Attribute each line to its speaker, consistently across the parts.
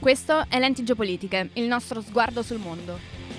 Speaker 1: Questo è Lenti Geopolitiche, il nostro sguardo sul mondo.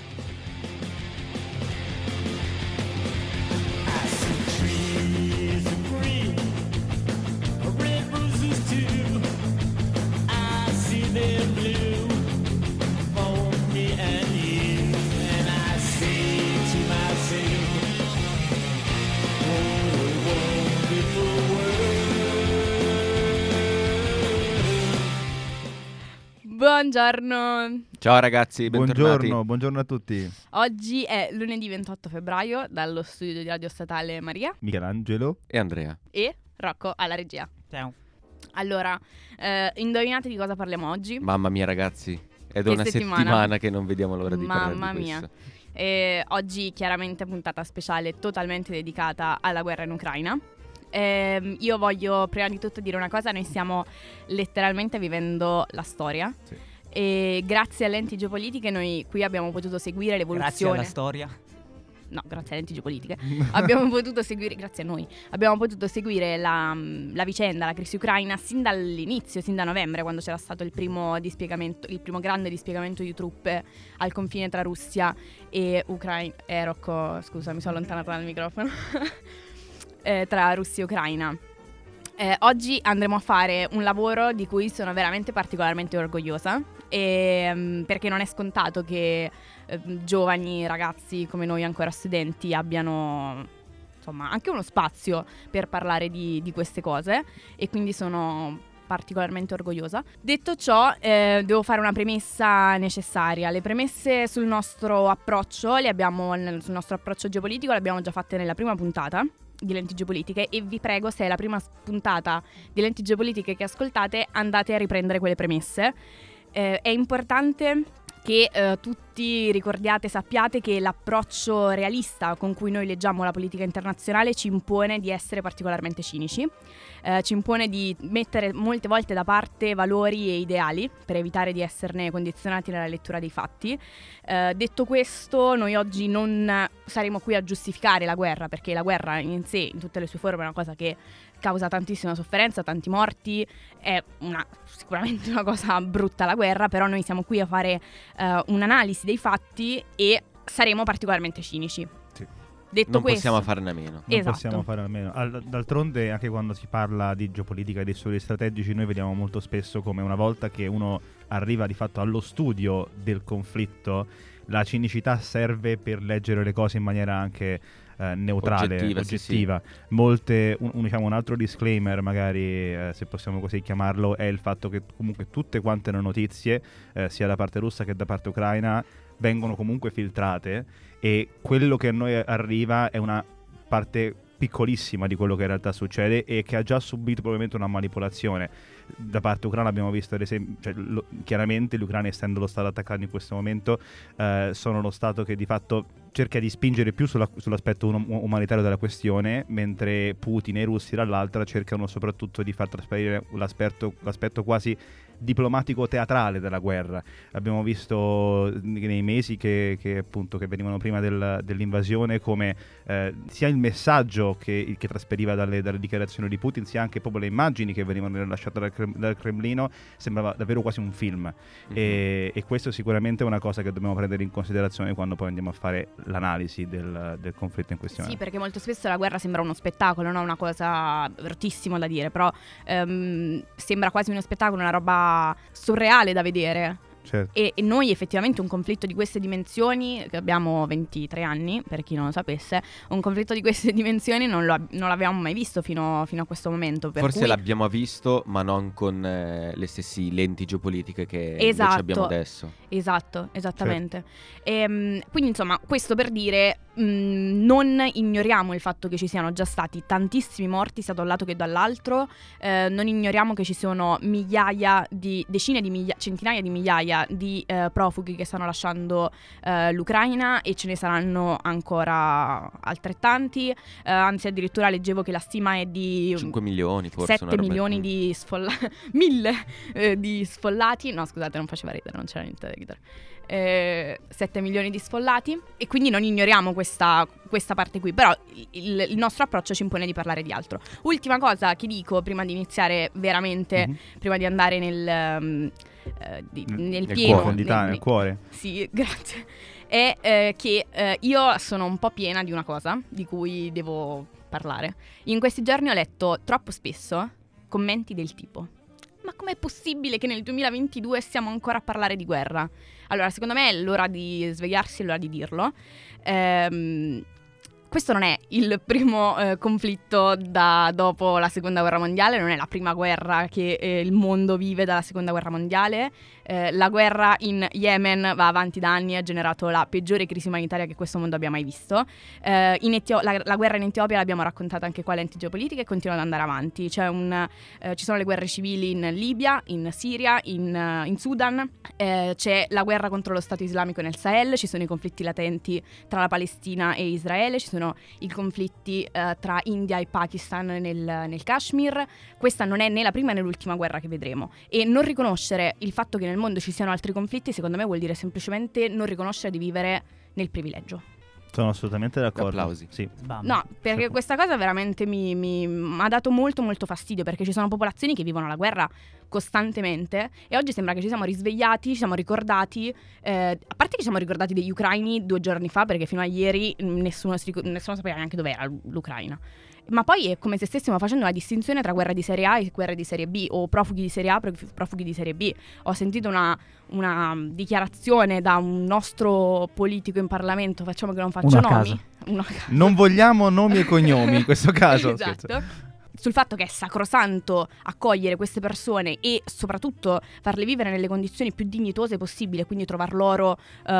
Speaker 1: Buongiorno.
Speaker 2: Ciao ragazzi, bentornati.
Speaker 3: Buongiorno a tutti.
Speaker 1: Oggi è lunedì 28 febbraio, dallo studio di Radio Statale Maria,
Speaker 3: Michelangelo
Speaker 2: E Andrea.
Speaker 1: e Rocco alla regia.
Speaker 4: Ciao.
Speaker 1: Allora, indovinate di cosa parliamo oggi?
Speaker 2: Mamma mia ragazzi, è da
Speaker 1: Che
Speaker 2: una
Speaker 1: settimana.
Speaker 2: settimana che non vediamo l'ora di parlare
Speaker 1: Mamma
Speaker 2: di
Speaker 1: mia.
Speaker 2: questo.
Speaker 1: Oggi chiaramente puntata speciale totalmente dedicata alla guerra in Ucraina. Io voglio prima di tutto dire una cosa: noi stiamo letteralmente vivendo la storia.
Speaker 3: Sì.
Speaker 1: E grazie a Lenti Geopolitiche noi qui abbiamo potuto seguire
Speaker 4: Grazie
Speaker 1: l'evoluzione.
Speaker 4: alla storia.
Speaker 1: No, grazie a Lenti Geopolitiche abbiamo potuto seguire, grazie a noi, abbiamo potuto seguire la vicenda, la crisi ucraina sin dall'inizio, sin da novembre, quando c'era stato il primo dispiegamento, il primo grande dispiegamento di truppe al confine tra Russia e Ucraina. Rocco, scusa, mi sono allontanata dal microfono. Tra Russia e Ucraina. Oggi andremo a fare un lavoro di cui sono veramente particolarmente orgogliosa, perché non è scontato che giovani ragazzi come noi, ancora studenti, abbiano insomma anche uno spazio per parlare di queste cose, e quindi sono particolarmente orgogliosa. Detto ciò, devo fare una premessa necessaria. Le premesse sul nostro approccio sul nostro approccio geopolitico le abbiamo già fatte nella prima puntata di Lenti Geopolitiche, e vi prego, se è la prima puntata di Lenti Geopolitiche che ascoltate, andate a riprendere quelle premesse. È importante che tutti ricordiate, sappiate che l'approccio realista con cui noi leggiamo la politica internazionale ci impone di essere particolarmente cinici, ci impone di mettere molte volte da parte valori e ideali per evitare di esserne condizionati nella lettura dei fatti. Detto questo, noi oggi non saremo qui a giustificare la guerra, perché la guerra in sé, in tutte le sue forme, è una cosa che causa tantissima sofferenza, tanti morti, è sicuramente una cosa brutta la guerra, però noi siamo qui a fare un'analisi dei fatti e saremo particolarmente cinici.
Speaker 3: Sì.
Speaker 1: Detto
Speaker 2: Non
Speaker 1: questo,
Speaker 2: possiamo farne a meno.
Speaker 3: Non
Speaker 1: esatto.
Speaker 3: possiamo fare a meno. D'altronde, anche quando si parla di geopolitica e dei studi strategici, noi vediamo molto spesso come, una volta che uno arriva di fatto allo studio del conflitto, la cinicità serve per leggere le cose in maniera anche neutrale, oggettiva.
Speaker 2: Sì.
Speaker 3: Diciamo, un altro disclaimer, magari, se possiamo così chiamarlo, è il fatto che comunque tutte quante le notizie, sia da parte russa che da parte ucraina, vengono comunque filtrate, e quello che a noi arriva è una parte piccolissima di quello che in realtà succede e che ha già subito probabilmente una manipolazione da parte ucraina. Abbiamo visto, ad esempio, chiaramente l'Ucraina, essendo lo stato attaccato in questo momento, sono lo stato che di fatto cerca di spingere più sull'aspetto umanitario della questione, mentre Putin e i russi dall'altra cercano soprattutto di far trasparire l'aspetto quasi diplomatico-teatrale della guerra. Abbiamo visto nei mesi che venivano prima dell'invasione come sia il messaggio che trasferiva dalle dichiarazioni di Putin, sia anche proprio le immagini che venivano rilasciate dal Cremlino, sembrava davvero quasi un film. Mm-hmm. E questo sicuramente è una cosa che dobbiamo prendere in considerazione quando poi andiamo a fare l'analisi del conflitto in questione.
Speaker 1: Sì, perché molto spesso la guerra sembra uno spettacolo, no? Una cosa bruttissimo da dire, però sembra quasi uno spettacolo, una roba surreale da vedere.
Speaker 3: Certo.
Speaker 1: E noi effettivamente un conflitto di queste dimensioni, che abbiamo 23 anni, per chi non lo sapesse, un conflitto di queste dimensioni non l'avevamo mai visto fino a questo momento.
Speaker 2: Forse l'abbiamo visto, ma non con le stesse lenti geopolitiche che invece abbiamo adesso.
Speaker 1: Esatto, esattamente. Certo. Quindi insomma, questo per dire, non ignoriamo il fatto che ci siano già stati tantissimi morti sia da un lato che dall'altro, non ignoriamo che ci sono centinaia di migliaia di profughi che stanno lasciando l'Ucraina, e ce ne saranno ancora altrettanti, anzi addirittura leggevo che la stima è di
Speaker 2: 5 milioni, forse
Speaker 1: 7 milioni di 1000 di sfollati. No, scusate, non faceva ridere, non c'era niente da ridere. 7 milioni di sfollati, e quindi non ignoriamo questa parte qui, però il nostro approccio ci impone di parlare di altro. Ultima cosa che dico prima di iniziare veramente, prima di andare nel pieno,
Speaker 3: nel cuore.
Speaker 1: Sì, grazie. È che io sono un po' piena di una cosa di cui devo parlare. In questi giorni ho letto troppo spesso commenti del tipo: ma com'è possibile che nel 2022 stiamo ancora a parlare di guerra? Allora, secondo me è l'ora di svegliarsi, è l'ora di dirlo. Questo non è il primo conflitto da dopo la seconda guerra mondiale, non è la prima guerra che il mondo vive dalla seconda guerra mondiale. La guerra in Yemen va avanti da anni e ha generato la peggiore crisi umanitaria che questo mondo abbia mai visto. La guerra in Etiopia l'abbiamo raccontata anche qua all'Enti Geopolitica e continua ad andare avanti. Ci sono le guerre civili in Libia, in Siria, in Sudan, c'è la guerra contro lo Stato islamico nel Sahel, ci sono i conflitti latenti tra la Palestina e Israele, ci sono i conflitti tra India e Pakistan nel Kashmir. Questa non è né la prima né l'ultima guerra che vedremo, e non riconoscere il fatto che nel mondo ci siano altri conflitti secondo me vuol dire semplicemente non riconoscere di vivere nel privilegio.
Speaker 3: Sono assolutamente d'accordo.
Speaker 2: Applausi.
Speaker 3: Sì.
Speaker 1: No, perché questa cosa veramente mi ha dato molto molto fastidio, perché ci sono popolazioni che vivono la guerra costantemente e oggi sembra che ci siamo risvegliati, ci siamo ricordati, a parte che ci siamo ricordati degli ucraini 2 giorni fa, perché fino a ieri nessuno sapeva neanche dov'era l'Ucraina. Ma poi è come se stessimo facendo una distinzione tra guerra di serie A e guerra di serie B, o profughi di serie A e profughi di serie B. Ho sentito una dichiarazione da un nostro politico in Parlamento, facciamo che non faccio nomi.
Speaker 3: Non vogliamo nomi e cognomi in questo caso.
Speaker 1: Esatto. Sul fatto che è sacrosanto accogliere queste persone e soprattutto farle vivere nelle condizioni più dignitose possibile, quindi trovar loro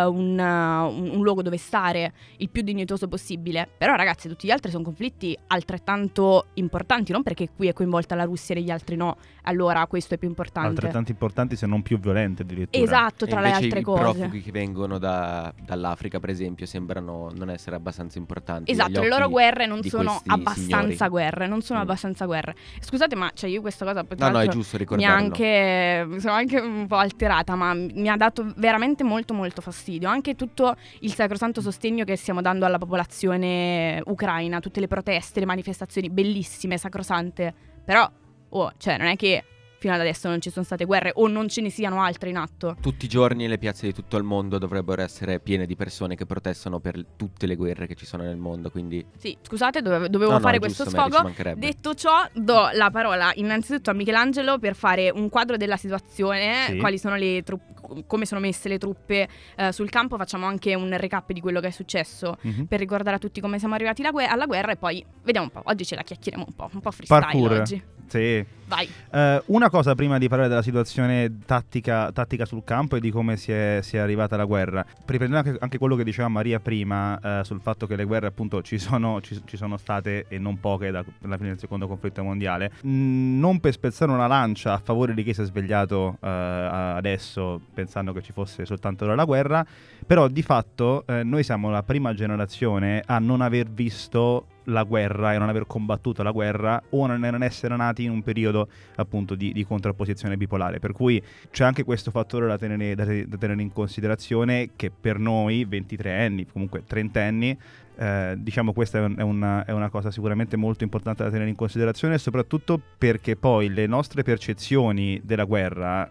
Speaker 1: un luogo dove stare il più dignitoso possibile. Però ragazzi, tutti gli altri sono conflitti altrettanto importanti, non perché qui è coinvolta la Russia e gli altri no, allora questo è più importante.
Speaker 3: Altrettanto importanti, se non più violenti addirittura.
Speaker 1: Esatto, tra le altre cose.
Speaker 2: I profughi che vengono dall'Africa, per esempio, sembrano non essere abbastanza importanti.
Speaker 1: Esatto, le loro guerre non sono abbastanza guerre, non sono abbastanza guerre. Scusate, ma io questa cosa
Speaker 2: no, è giusto ricordarlo.
Speaker 1: Sono anche un po' alterata, ma mi ha dato veramente molto molto fastidio anche tutto il sacrosanto sostegno che stiamo dando alla popolazione ucraina, tutte le proteste, le manifestazioni bellissime, sacrosante. Però non è che fino ad adesso non ci sono state guerre o non ce ne siano altre in atto.
Speaker 2: Tutti i giorni le piazze di tutto il mondo dovrebbero essere piene di persone che protestano per tutte le guerre che ci sono nel mondo, quindi...
Speaker 1: Sì, scusate, dovevo fare questo sfogo. Detto ciò, do la parola innanzitutto a Michelangelo per fare un quadro della situazione, sì. Quali sono le come sono messe le truppe sul campo. Facciamo anche un recap di quello che è successo, per ricordare a tutti come siamo arrivati alla guerra, e poi vediamo un po'. Oggi ce la chiacchieriamo un po' freestyle.
Speaker 3: Parkour.
Speaker 1: Oggi.
Speaker 3: Sì.
Speaker 1: Vai.
Speaker 3: Una cosa prima di parlare della situazione tattica sul campo e di come si è arrivata alla guerra, riprendendo anche quello che diceva Maria prima, sul fatto che le guerre appunto ci sono state, e non poche, dalla fine del secondo conflitto mondiale. Non per spezzare una lancia a favore di chi si è svegliato adesso pensando che ci fosse soltanto la guerra, però di fatto noi siamo la prima generazione a non aver visto la guerra e non aver combattuto la guerra, o non essere nati in un periodo appunto di contrapposizione bipolare, per cui c'è anche questo fattore da tenere in considerazione, che per noi 23enni, comunque 30enni, diciamo questa è una cosa sicuramente molto importante da tenere in considerazione, soprattutto perché poi le nostre percezioni della guerra,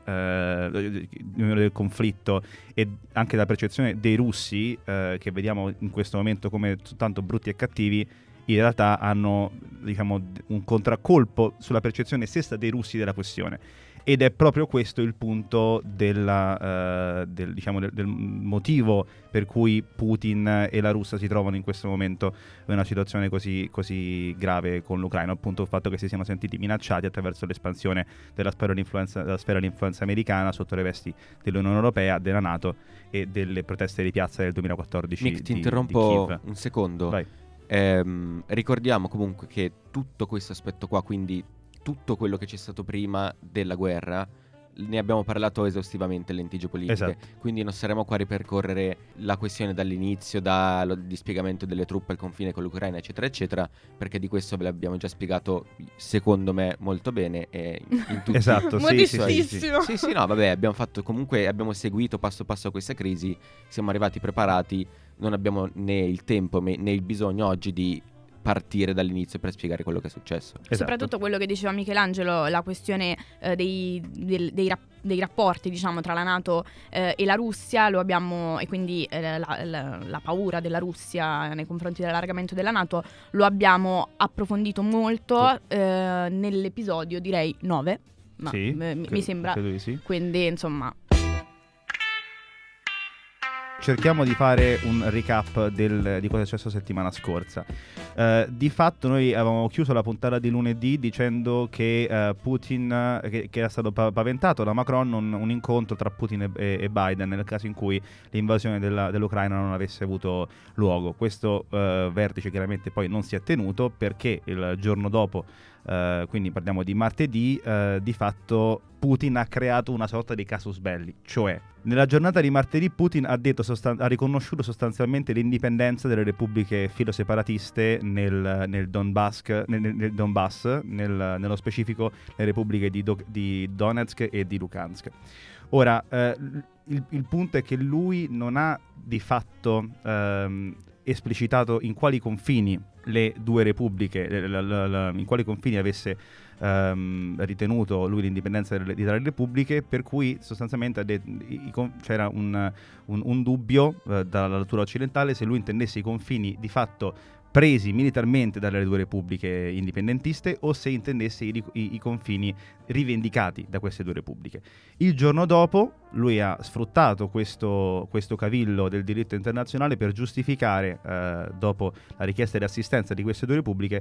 Speaker 3: del conflitto, e anche la percezione dei russi, che vediamo in questo momento come soltanto brutti e cattivi, in realtà hanno, diciamo, un contraccolpo sulla percezione stessa dei russi della questione. Ed è proprio questo il punto del motivo per cui Putin e la Russia si trovano in questo momento in una situazione così grave con l'Ucraina, appunto il fatto che si siano sentiti minacciati attraverso l'espansione della sfera di influenza americana sotto le vesti dell'Unione Europea, della NATO e delle proteste di piazza del 2014.
Speaker 2: Nick, ti interrompo
Speaker 3: di Kiev.
Speaker 2: un secondo.
Speaker 3: Vai.
Speaker 2: Ricordiamo comunque che tutto questo aspetto qua, quindi tutto quello che c'è stato prima della guerra, ne abbiamo parlato esaustivamente alle lentiggio politiche,
Speaker 3: Esatto.
Speaker 2: quindi non saremo qua a ripercorrere la questione dall'inizio, dal dispiegamento delle truppe al confine con l'Ucraina, eccetera, eccetera, perché di questo ve l'abbiamo già spiegato, secondo me, molto bene e in tutti
Speaker 3: Esatto, sì, sì, sì, sì.
Speaker 1: Modestissimo.
Speaker 2: Sì, no, vabbè, abbiamo seguito passo passo questa crisi, siamo arrivati preparati, non abbiamo né il tempo né il bisogno oggi di partire dall'inizio per spiegare quello che è successo.
Speaker 3: Esatto.
Speaker 1: Soprattutto quello che diceva Michelangelo, la questione dei rapporti, diciamo, tra la NATO e la Russia, lo abbiamo, e quindi la paura della Russia nei confronti dell'allargamento della NATO, lo abbiamo approfondito molto nell'episodio, direi 9, ma
Speaker 3: Sì,
Speaker 1: mi sembra,
Speaker 3: credo di sì.
Speaker 1: quindi insomma...
Speaker 3: Cerchiamo di fare un recap di cosa è successo settimana scorsa. Di fatto noi avevamo chiuso la puntata di lunedì dicendo che Putin, che era stato paventato da Macron un incontro tra Putin e Biden nel caso in cui l'invasione dell'Ucraina non avesse avuto luogo. Questo vertice chiaramente poi non si è tenuto perché il giorno dopo, quindi parliamo di martedì, di fatto Putin ha creato una sorta di casus belli, cioè nella giornata di martedì Putin ha riconosciuto sostanzialmente l'indipendenza delle repubbliche filoseparatiste nel Donbass, nello specifico le repubbliche di Donetsk e di Luhansk. Ora, il punto è che lui non ha di fatto esplicitato in quali confini le due repubbliche, in quali confini avesse ritenuto lui l'indipendenza di tali repubbliche, per cui sostanzialmente c'era un dubbio dalla natura occidentale se lui intendesse i confini di fatto presi militarmente dalle due repubbliche indipendentiste o se intendesse i confini rivendicati da queste due repubbliche. Il giorno dopo lui ha sfruttato questo cavillo del diritto internazionale per giustificare, dopo la richiesta di assistenza di queste due repubbliche,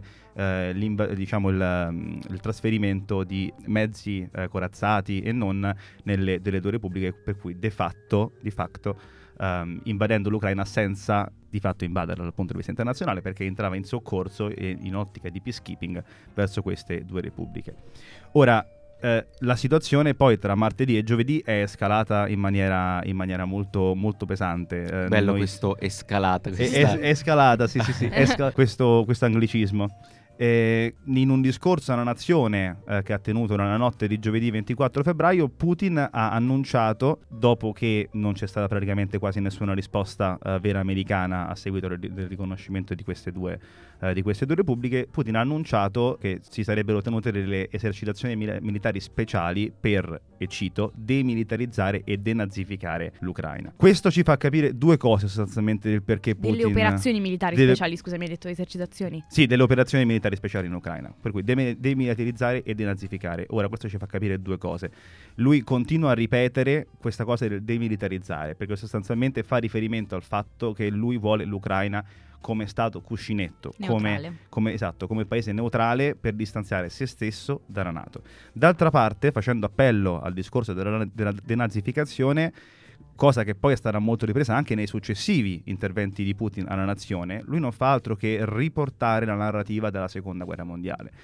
Speaker 3: il trasferimento di mezzi corazzati e non delle due repubbliche, per cui di fatto invadendo l'Ucraina senza di fatto invaderla dal punto di vista internazionale, perché entrava in soccorso e in ottica di peacekeeping verso queste due repubbliche. Ora, la situazione poi tra martedì e giovedì è escalata in maniera molto, molto pesante.
Speaker 2: Bello questo escalata.
Speaker 3: Escalata, sì. questo anglicismo. In un discorso alla nazione che ha tenuto nella notte di giovedì 24 febbraio, Putin ha annunciato, dopo che non c'è stata praticamente quasi nessuna risposta vera americana a seguito del riconoscimento di queste due repubbliche, Putin ha annunciato che si sarebbero tenute delle esercitazioni militari speciali per, e cito, demilitarizzare e denazificare l'Ucraina. Questo ci fa capire due cose sostanzialmente del perché Putin...
Speaker 1: Delle operazioni militari speciali, scusa, mi hai detto esercitazioni? Sì,
Speaker 3: delle operazioni militari speciali in Ucraina, per cui demilitarizzare e denazificare. Ora questo ci fa capire due cose. Lui continua a ripetere questa cosa del demilitarizzare perché sostanzialmente fa riferimento al fatto che lui vuole l'Ucraina come stato cuscinetto, come paese neutrale per distanziare se stesso dalla NATO. D'altra parte, facendo appello al discorso della denazificazione, cosa che poi è stata molto ripresa anche nei successivi interventi di Putin alla nazione, lui non fa altro che riportare la narrativa della seconda guerra mondiale.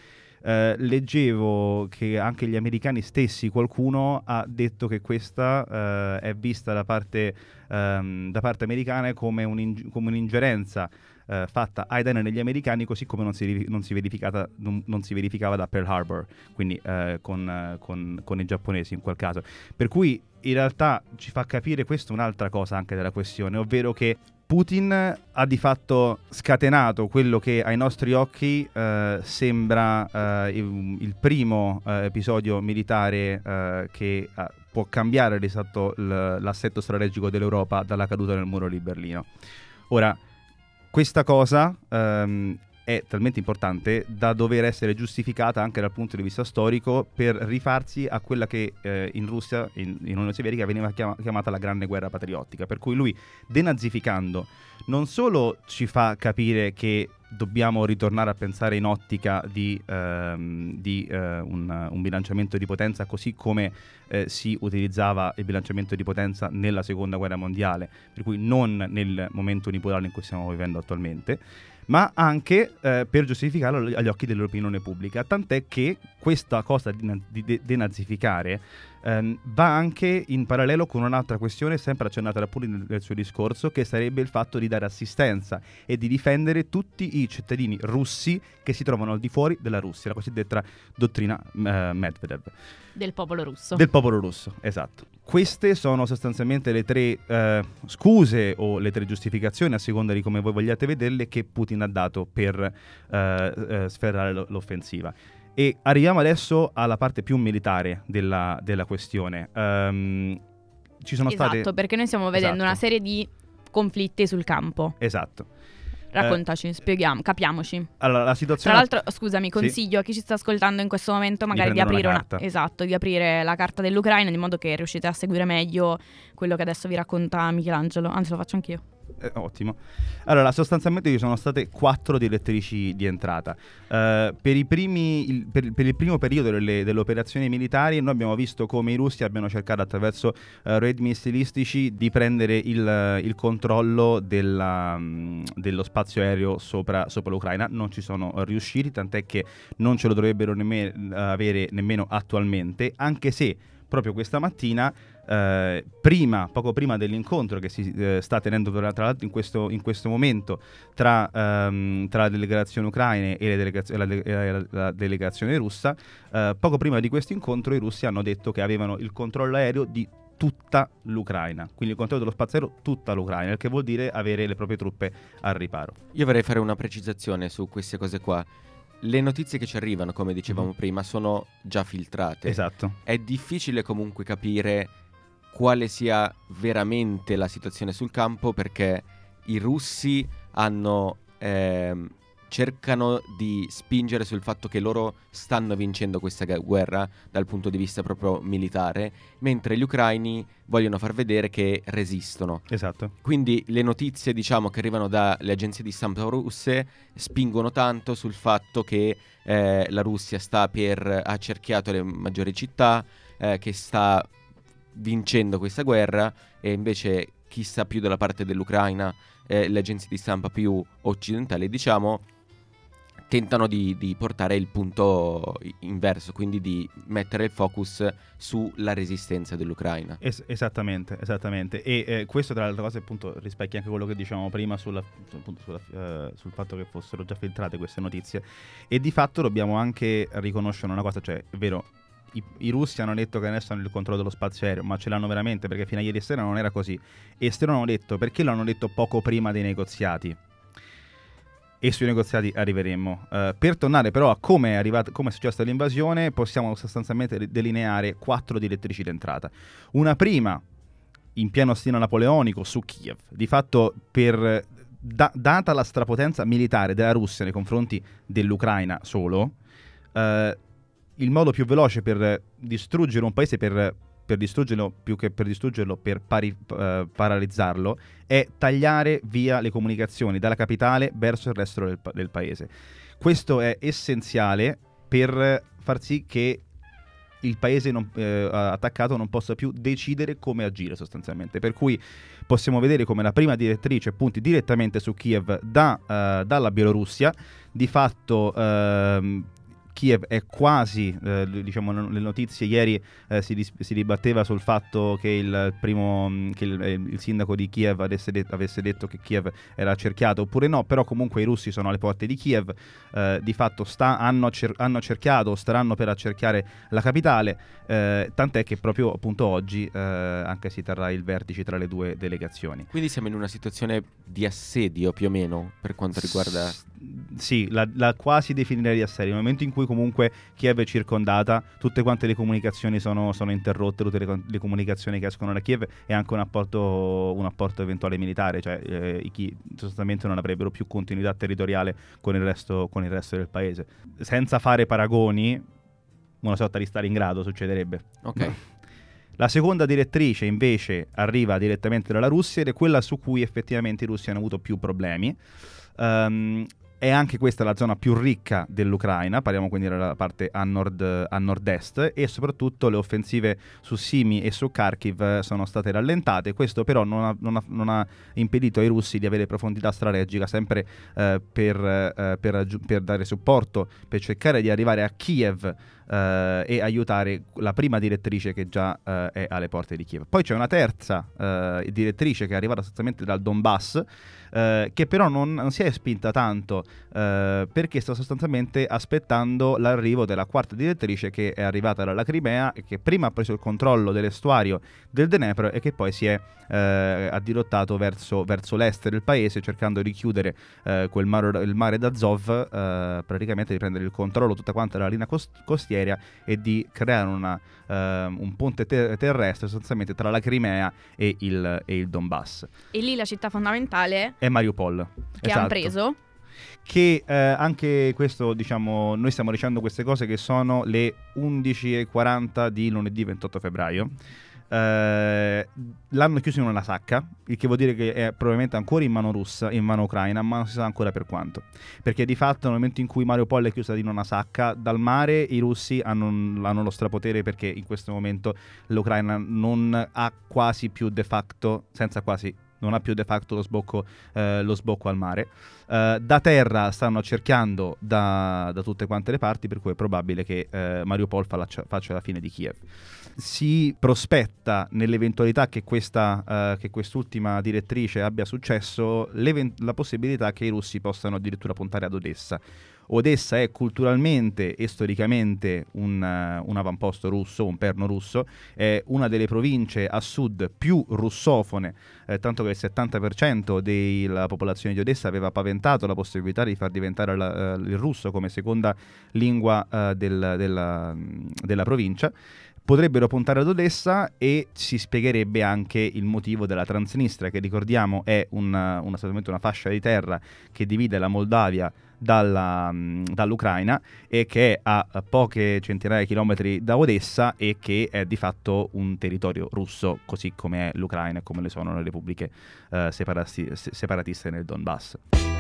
Speaker 3: Leggevo che anche gli americani stessi, qualcuno ha detto che questa è vista da parte americana come un'ingerenza fatta ai danni degli americani, così come non si verificava da Pearl Harbor, quindi con i giapponesi in quel caso. Per cui in realtà ci fa capire questo un'altra cosa anche della questione, ovvero che Putin ha di fatto scatenato quello che ai nostri occhi sembra il primo episodio militare che può cambiare l'assetto strategico dell'Europa dalla caduta del muro di Berlino. Ora, questa cosa è talmente importante da dover essere giustificata anche dal punto di vista storico per rifarsi a quella che in Russia, in Unione Sovietica, veniva chiamata la Grande Guerra Patriottica, per cui lui, denazificando, non solo ci fa capire che dobbiamo ritornare a pensare in ottica di un bilanciamento di potenza così come si utilizzava il bilanciamento di potenza nella Seconda Guerra Mondiale, per cui non nel momento unipolare in cui stiamo vivendo attualmente, ma anche per giustificarlo agli occhi dell'opinione pubblica, tant'è che questa cosa di denazificare va anche in parallelo con un'altra questione, sempre accennata da Putin nel suo discorso, che sarebbe il fatto di dare assistenza e di difendere tutti i cittadini russi che si trovano al di fuori della Russia, la cosiddetta dottrina Medvedev.
Speaker 1: Del popolo russo.
Speaker 3: Del popolo russo, esatto. Queste sono sostanzialmente le tre scuse o le tre giustificazioni, a seconda di come voi vogliate vederle, che Putin ha dato per sferrare l'offensiva. E arriviamo adesso alla parte più militare della questione. Ci sono
Speaker 1: esatto, perché noi stiamo vedendo una serie di conflitti sul campo.
Speaker 3: Esatto.
Speaker 1: Raccontaci, spieghiamo, capiamoci.
Speaker 3: Allora, la situazione...
Speaker 1: Tra l'altro, scusami, consiglio a chi ci sta ascoltando in questo momento magari di aprire di aprire la carta dell'Ucraina, in modo che riuscite a seguire meglio quello che adesso vi racconta Michelangelo. Anzi, lo faccio anch'io.
Speaker 3: Ottimo. Allora, sostanzialmente ci sono state 4 direttrici di entrata. Per il primo periodo delle operazioni militari, noi abbiamo visto come i russi abbiano cercato attraverso raid missilistici di prendere il controllo dello spazio aereo sopra l'Ucraina. Non ci sono riusciti, tant'è che non ce lo dovrebbero avere nemmeno attualmente, anche se proprio questa mattina, poco prima dell'incontro che si sta tenendo tra l'altro in questo momento tra le delegazioni ucraine e la delegazione russa, poco prima di questo incontro i russi hanno detto che avevano il controllo aereo di tutta l'Ucraina, quindi il controllo dello spazio aereo tutta l'Ucraina, il che vuol dire avere le proprie truppe al riparo.
Speaker 2: Io vorrei fare una precisazione su queste cose qua. Le notizie che ci arrivano, come dicevamo prima, sono già filtrate.
Speaker 3: Esatto.
Speaker 2: È difficile comunque capire quale sia veramente la situazione sul campo, perché i russi cercano di spingere sul fatto che loro stanno vincendo questa guerra dal punto di vista proprio militare, mentre gli ucraini vogliono far vedere che resistono.
Speaker 3: Esatto.
Speaker 2: Quindi le notizie, diciamo, che arrivano dalle agenzie di stampa russe spingono tanto sul fatto che la Russia sta per accerchiato le maggiori città, che sta vincendo questa guerra, e invece chi sta più dalla parte dell'Ucraina, le agenzie di stampa più occidentali, diciamo, tentano di portare il punto inverso, quindi di mettere il focus sulla resistenza dell'Ucraina.
Speaker 3: Esattamente. E questo, tra le altre cose, appunto rispecchia anche quello che dicevamo prima sul fatto che fossero già filtrate queste notizie. E di fatto dobbiamo anche riconoscere una cosa, cioè è vero, i russi hanno detto che adesso hanno il controllo dello spazio aereo, ma ce l'hanno veramente? Perché fino a ieri sera non era così. E se lo hanno detto, perché lo hanno detto poco prima dei negoziati? E sui negoziati arriveremo. Per tornare però a come è successa l'invasione, possiamo sostanzialmente delineare 4 direttrici d'entrata. Una prima, in pieno stile napoleonico, su Kiev. Di fatto, data la strapotenza militare della Russia nei confronti dell'Ucraina solo, il modo più veloce per distruggere un paese, per distruggerlo più che per distruggerlo, per paralizzarlo, è tagliare via le comunicazioni dalla capitale verso il resto del paese. Questo è essenziale per far sì che il paese attaccato non possa più decidere come agire, sostanzialmente. Per cui possiamo vedere come la prima direttrice punti direttamente su Kiev dalla Bielorussia. Di fatto Kiev è quasi, diciamo, le notizie ieri si dibatteva sul fatto che il sindaco di Kiev avesse detto che Kiev era accerchiato oppure no, però comunque i russi sono alle porte di Kiev, di fatto hanno accerchiato o staranno per accerchiare la capitale, tant'è che proprio appunto oggi anche si terrà il vertice tra le due delegazioni.
Speaker 2: Quindi siamo in una situazione di assedio più o meno per quanto riguarda...
Speaker 3: Sì, la quasi definirei di assedio, nel momento in cui comunque Kiev è circondata, tutte quante le comunicazioni sono interrotte, tutte le comunicazioni che escono da Kiev, e anche un apporto eventuale militare, cioè i sostanzialmente non avrebbero più continuità territoriale con il resto del paese. Senza fare paragoni, una sorta di Stalingrado succederebbe.
Speaker 2: Ok.
Speaker 3: La seconda direttrice invece arriva direttamente dalla Russia ed è quella su cui effettivamente i russi hanno avuto più problemi. È anche questa la zona più ricca dell'Ucraina, parliamo quindi della parte a nord-est, e soprattutto le offensive su Simi e su Kharkiv sono state rallentate. Questo però non ha impedito ai russi di avere profondità strategica, sempre per dare supporto, per cercare di arrivare a Kiev e aiutare la prima direttrice che già è alle porte di Kiev. Poi c'è una terza direttrice che è arrivata sostanzialmente dal Donbass, che però non si è spinta tanto perché sta sostanzialmente aspettando l'arrivo della quarta direttrice, che è arrivata dalla Crimea e che prima ha preso il controllo dell'estuario del Dnepro e che poi si è addirottato verso l'est del paese, cercando di chiudere il mare d'Azov, praticamente di prendere il controllo tutta quanta la linea costiera e di creare un ponte terrestre sostanzialmente tra la Crimea e il Donbass.
Speaker 1: E lì la città fondamentale
Speaker 3: è Mariupol,
Speaker 1: che hanno preso.
Speaker 3: Che anche questo, diciamo, noi stiamo dicendo queste cose che sono le 11:40 di lunedì 28 febbraio. L'hanno chiuso in una sacca, il che vuol dire che è probabilmente ancora in mano russa, in mano ucraina, ma non si sa ancora per quanto, perché di fatto nel momento in cui Mariupol è chiusa in una sacca, dal mare i russi hanno lo strapotere, perché in questo momento l'Ucraina non ha quasi più de facto, non ha più de facto lo sbocco al mare. Da terra stanno cercando da tutte quante le parti, per cui è probabile che Mariupol faccia la fine di Kiev. Si prospetta, nell'eventualità che quest'ultima direttrice abbia successo, la possibilità che i russi possano addirittura puntare ad Odessa. Odessa è culturalmente e storicamente un avamposto russo, un perno russo, è una delle province a sud più russofone, tanto che il 70% della popolazione di Odessa aveva paventato la possibilità di far diventare il russo come seconda lingua della provincia. Potrebbero puntare ad Odessa e si spiegherebbe anche il motivo della Transnistria, che ricordiamo è una fascia di terra che divide la Moldavia dall'Ucraina e che è a poche centinaia di chilometri da Odessa e che è di fatto un territorio russo, così come è l'Ucraina e come le sono le repubbliche separatiste nel Donbass.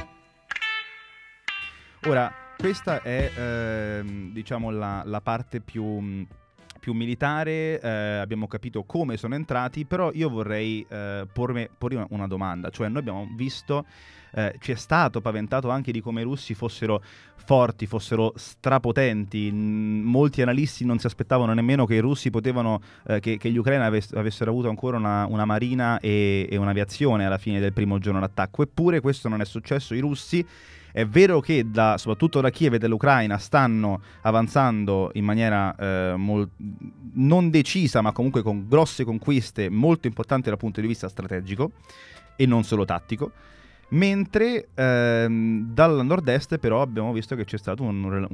Speaker 3: Ora, questa è diciamo la parte più militare. Abbiamo capito come sono entrati, però io vorrei porre una domanda, cioè noi abbiamo visto, ci è stato paventato anche di come i russi fossero forti, fossero strapotenti. Molti analisti non si aspettavano nemmeno che i russi potevano, che gli ucraini avessero avuto ancora una marina e un'aviazione alla fine del primo giorno d'attacco, eppure questo non è successo. I russi, è vero che soprattutto da Kiev e dall'Ucraina stanno avanzando in maniera non decisa, ma comunque con grosse conquiste molto importanti dal punto di vista strategico e non solo tattico, mentre dal nord-est però abbiamo visto che c'è stato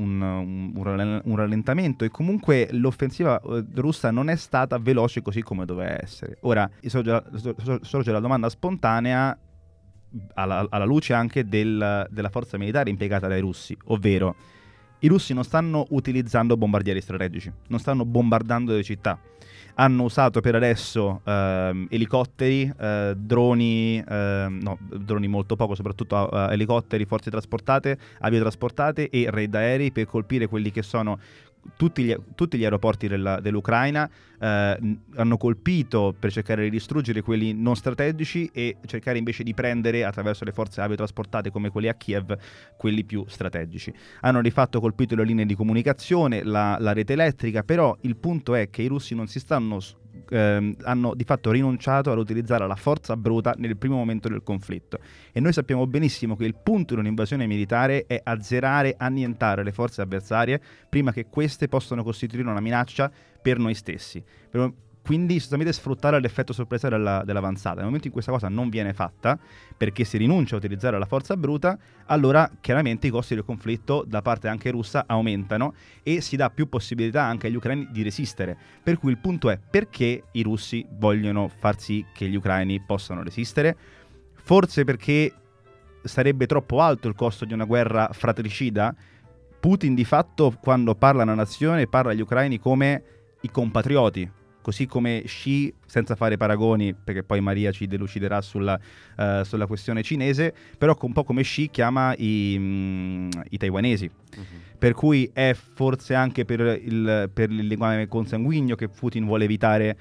Speaker 3: un rallentamento e comunque l'offensiva russa non è stata veloce così come doveva essere. Ora sorge la domanda spontanea, alla luce anche della forza militare impiegata dai russi, ovvero i russi non stanno utilizzando bombardieri strategici, non stanno bombardando le città. Hanno usato per adesso elicotteri, droni molto poco, soprattutto elicotteri, forze trasportate, aviotrasportate e raid aerei per colpire quelli che sono tutti gli aeroporti dell'Ucraina. Hanno colpito per cercare di distruggere quelli non strategici e cercare invece di prendere attraverso le forze aviotrasportate come quelle a Kiev quelli più strategici. Hanno di fatto colpito le linee di comunicazione, la rete elettrica, però il punto è che i russi non si stanno hanno di fatto rinunciato ad utilizzare la forza bruta nel primo momento del conflitto, e noi sappiamo benissimo che il punto di un'invasione militare è azzerare, annientare le forze avversarie prima che queste possano costituire una minaccia per noi stessi, quindi sostanzialmente sfruttare l'effetto sorpresa dell'avanzata. Nel momento in cui questa cosa non viene fatta, perché si rinuncia a utilizzare la forza bruta, allora chiaramente i costi del conflitto da parte anche russa aumentano e si dà più possibilità anche agli ucraini di resistere. Per cui il punto è: perché i russi vogliono far sì che gli ucraini possano resistere? Forse perché sarebbe troppo alto il costo di una guerra fratricida? Putin di fatto, quando parla a una nazione, parla agli ucraini come i compatrioti, così come Xi, senza fare paragoni, perché poi Maria ci deluciderà sulla questione cinese, però un po' come Xi chiama i taiwanesi. Per cui è forse anche per il legame consanguigno che Putin vuole evitare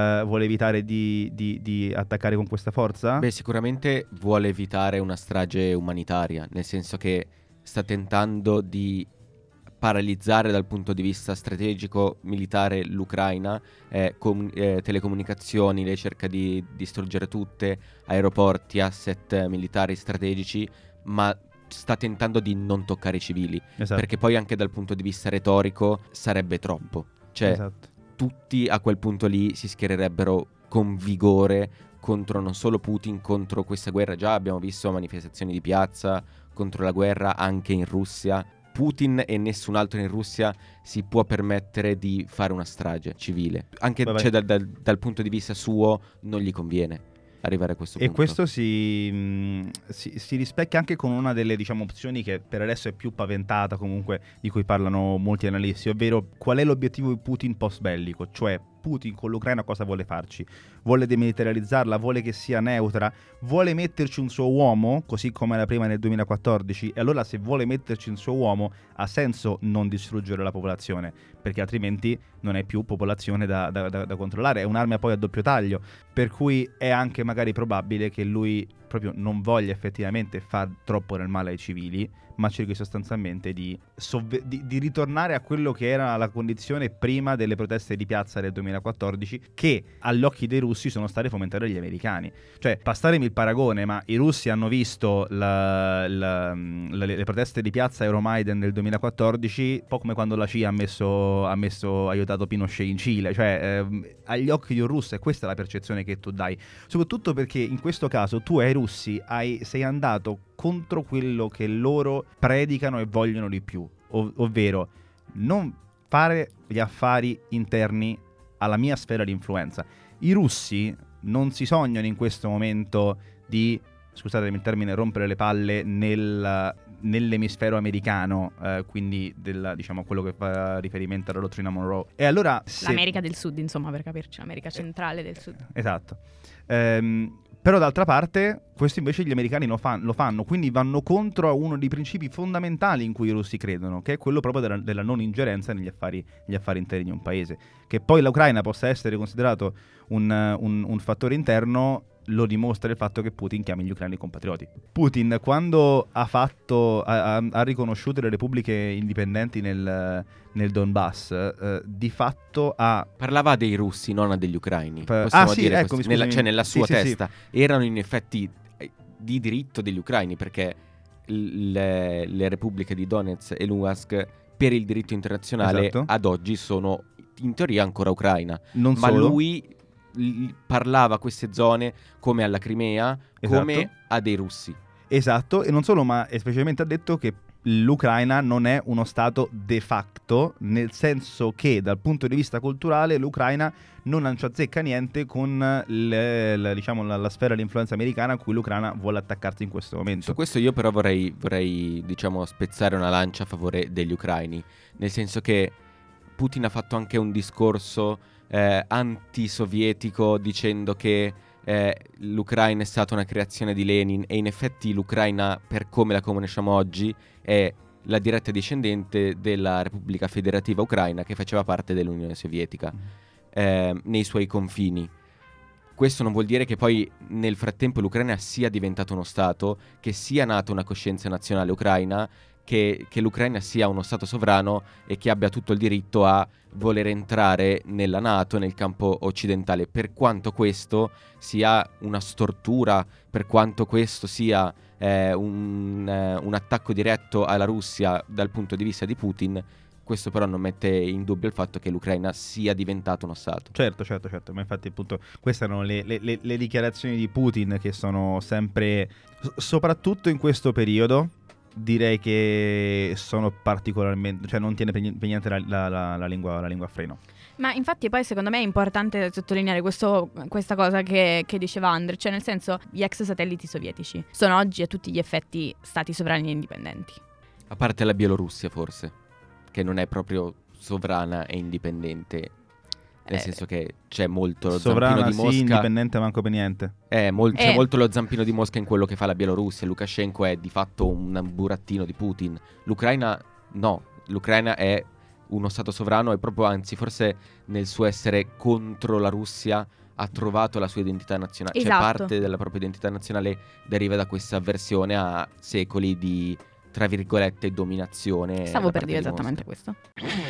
Speaker 3: di attaccare con questa forza?
Speaker 2: Beh, sicuramente vuole evitare una strage umanitaria, nel senso che sta tentando di paralizzare dal punto di vista strategico militare l'Ucraina, telecomunicazioni, lei cerca di distruggere tutte, aeroporti, asset militari strategici, ma sta tentando di non toccare i civili,
Speaker 3: Esatto.
Speaker 2: perché poi anche dal punto di vista retorico sarebbe troppo, cioè
Speaker 3: Esatto.
Speaker 2: tutti a quel punto lì si schiererebbero con vigore contro non solo Putin, contro questa guerra. Già abbiamo visto manifestazioni di piazza contro la guerra anche in Russia. Putin e nessun altro in Russia si può permettere di fare una strage civile, anche cioè, dal punto di vista suo non gli conviene arrivare a questo punto.
Speaker 3: E questo si rispecchia anche con una delle, diciamo, opzioni che per adesso è più paventata, comunque, di cui parlano molti analisti, ovvero qual è l'obiettivo di Putin post bellico, cioè Putin con l'Ucraina cosa vuole farci? Vuole demilitarizzarla, vuole che sia neutra, vuole metterci un suo uomo, così come era prima nel 2014, e allora se vuole metterci un suo uomo ha senso non distruggere la popolazione, perché altrimenti non è più popolazione da controllare, è un'arma poi a doppio taglio, per cui è anche magari probabile che lui proprio non voglia effettivamente far troppo del male ai civili, ma cerchi sostanzialmente di ritornare a quello che era la condizione prima delle proteste di piazza del 2014, che agli occhi dei russi sono state fomentate dagli americani. Cioè, passatemi il paragone, ma i russi hanno visto le proteste di piazza Euromaidan del 2014 un po' come quando la CIA ha aiutato Pinochet in Cile. Cioè, agli occhi di un russo, e questa è la percezione che tu dai, soprattutto perché in questo caso tu ai russi sei andato contro quello che loro predicano e vogliono di più, ovvero non fare gli affari interni alla mia sfera di influenza. I russi non si sognano in questo momento di, scusatemi il termine, rompere le palle nell'emisfero americano, quindi diciamo quello che fa riferimento alla dottrina Monroe. E allora
Speaker 1: l'America del Sud, insomma, per capirci, l'America centrale del Sud.
Speaker 3: Esatto. Però d'altra parte questo invece gli americani lo fanno, quindi vanno contro a uno dei principi fondamentali in cui i russi credono, che è quello proprio della non ingerenza negli affari interni di un paese. Che poi l'Ucraina possa essere considerato un fattore interno lo dimostra il fatto che Putin chiami gli ucraini compatrioti. Putin, quando ha riconosciuto le repubbliche indipendenti nel Donbass, di fatto
Speaker 2: parlava dei russi, non degli ucraini. Possiamo dire
Speaker 3: ecco,
Speaker 2: cioè nella sua testa.
Speaker 3: Sì.
Speaker 2: Erano in effetti di diritto degli ucraini, perché le repubbliche di Donetsk e Luhansk per il diritto internazionale, esatto, ad oggi sono in teoria ancora ucraina.
Speaker 3: Non
Speaker 2: ma
Speaker 3: solo.
Speaker 2: Lui parlava a queste zone come alla Crimea,
Speaker 3: esatto,
Speaker 2: come a dei russi.
Speaker 3: Esatto, e non solo, ma specialmente ha detto che l'Ucraina non è uno stato de facto, nel senso che dal punto di vista culturale l'Ucraina non ci azzecca niente con la sfera di influenza americana a cui l'Ucraina vuole attaccarsi in questo momento.
Speaker 2: Su questo io però vorrei diciamo spezzare una lancia a favore degli ucraini, nel senso che Putin ha fatto anche un discorso antisovietico dicendo che l'Ucraina è stata una creazione di Lenin, e in effetti l'Ucraina, per come la conosciamo oggi, è la diretta discendente della Repubblica Federativa Ucraina, che faceva parte dell'Unione Sovietica nei suoi confini. Questo non vuol dire che poi nel frattempo l'Ucraina sia diventato uno Stato, che sia nata una coscienza nazionale ucraina, che l'Ucraina sia uno Stato sovrano e che abbia tutto il diritto a voler entrare nella NATO, nel campo occidentale, per quanto questo sia una stortura, per quanto questo sia un attacco diretto alla Russia dal punto di vista di Putin. Questo però non mette in dubbio il fatto che l'Ucraina sia diventato uno Stato.
Speaker 3: Certo, ma infatti appunto queste erano le dichiarazioni di Putin, che sono sempre, soprattutto in questo periodo, direi che sono particolarmente, cioè non tiene per niente la lingua a freno.
Speaker 1: Ma infatti poi secondo me è importante sottolineare questa cosa che diceva Andre, cioè nel senso gli ex satelliti sovietici sono oggi a tutti gli effetti stati sovrani e indipendenti.
Speaker 2: A parte la Bielorussia forse, che non è proprio sovrana e indipendente, nel senso che c'è molto lo
Speaker 3: sovrana,
Speaker 2: zampino di Mosca.
Speaker 3: sì, indipendente manco per niente.
Speaker 2: C'è molto lo zampino di Mosca in quello che fa la Bielorussia. Lukashenko è di fatto un burattino di Putin. L'Ucraina no, l'Ucraina è uno stato sovrano, e proprio anzi forse nel suo essere contro la Russia ha trovato la sua identità nazionale.
Speaker 1: Esatto.
Speaker 2: Cioè parte della propria identità nazionale deriva da questa avversione a secoli di tra virgolette, dominazione.
Speaker 1: Stavo
Speaker 2: da
Speaker 1: per
Speaker 2: parte
Speaker 1: dire
Speaker 2: di
Speaker 1: esattamente
Speaker 2: Mosca.
Speaker 1: questo.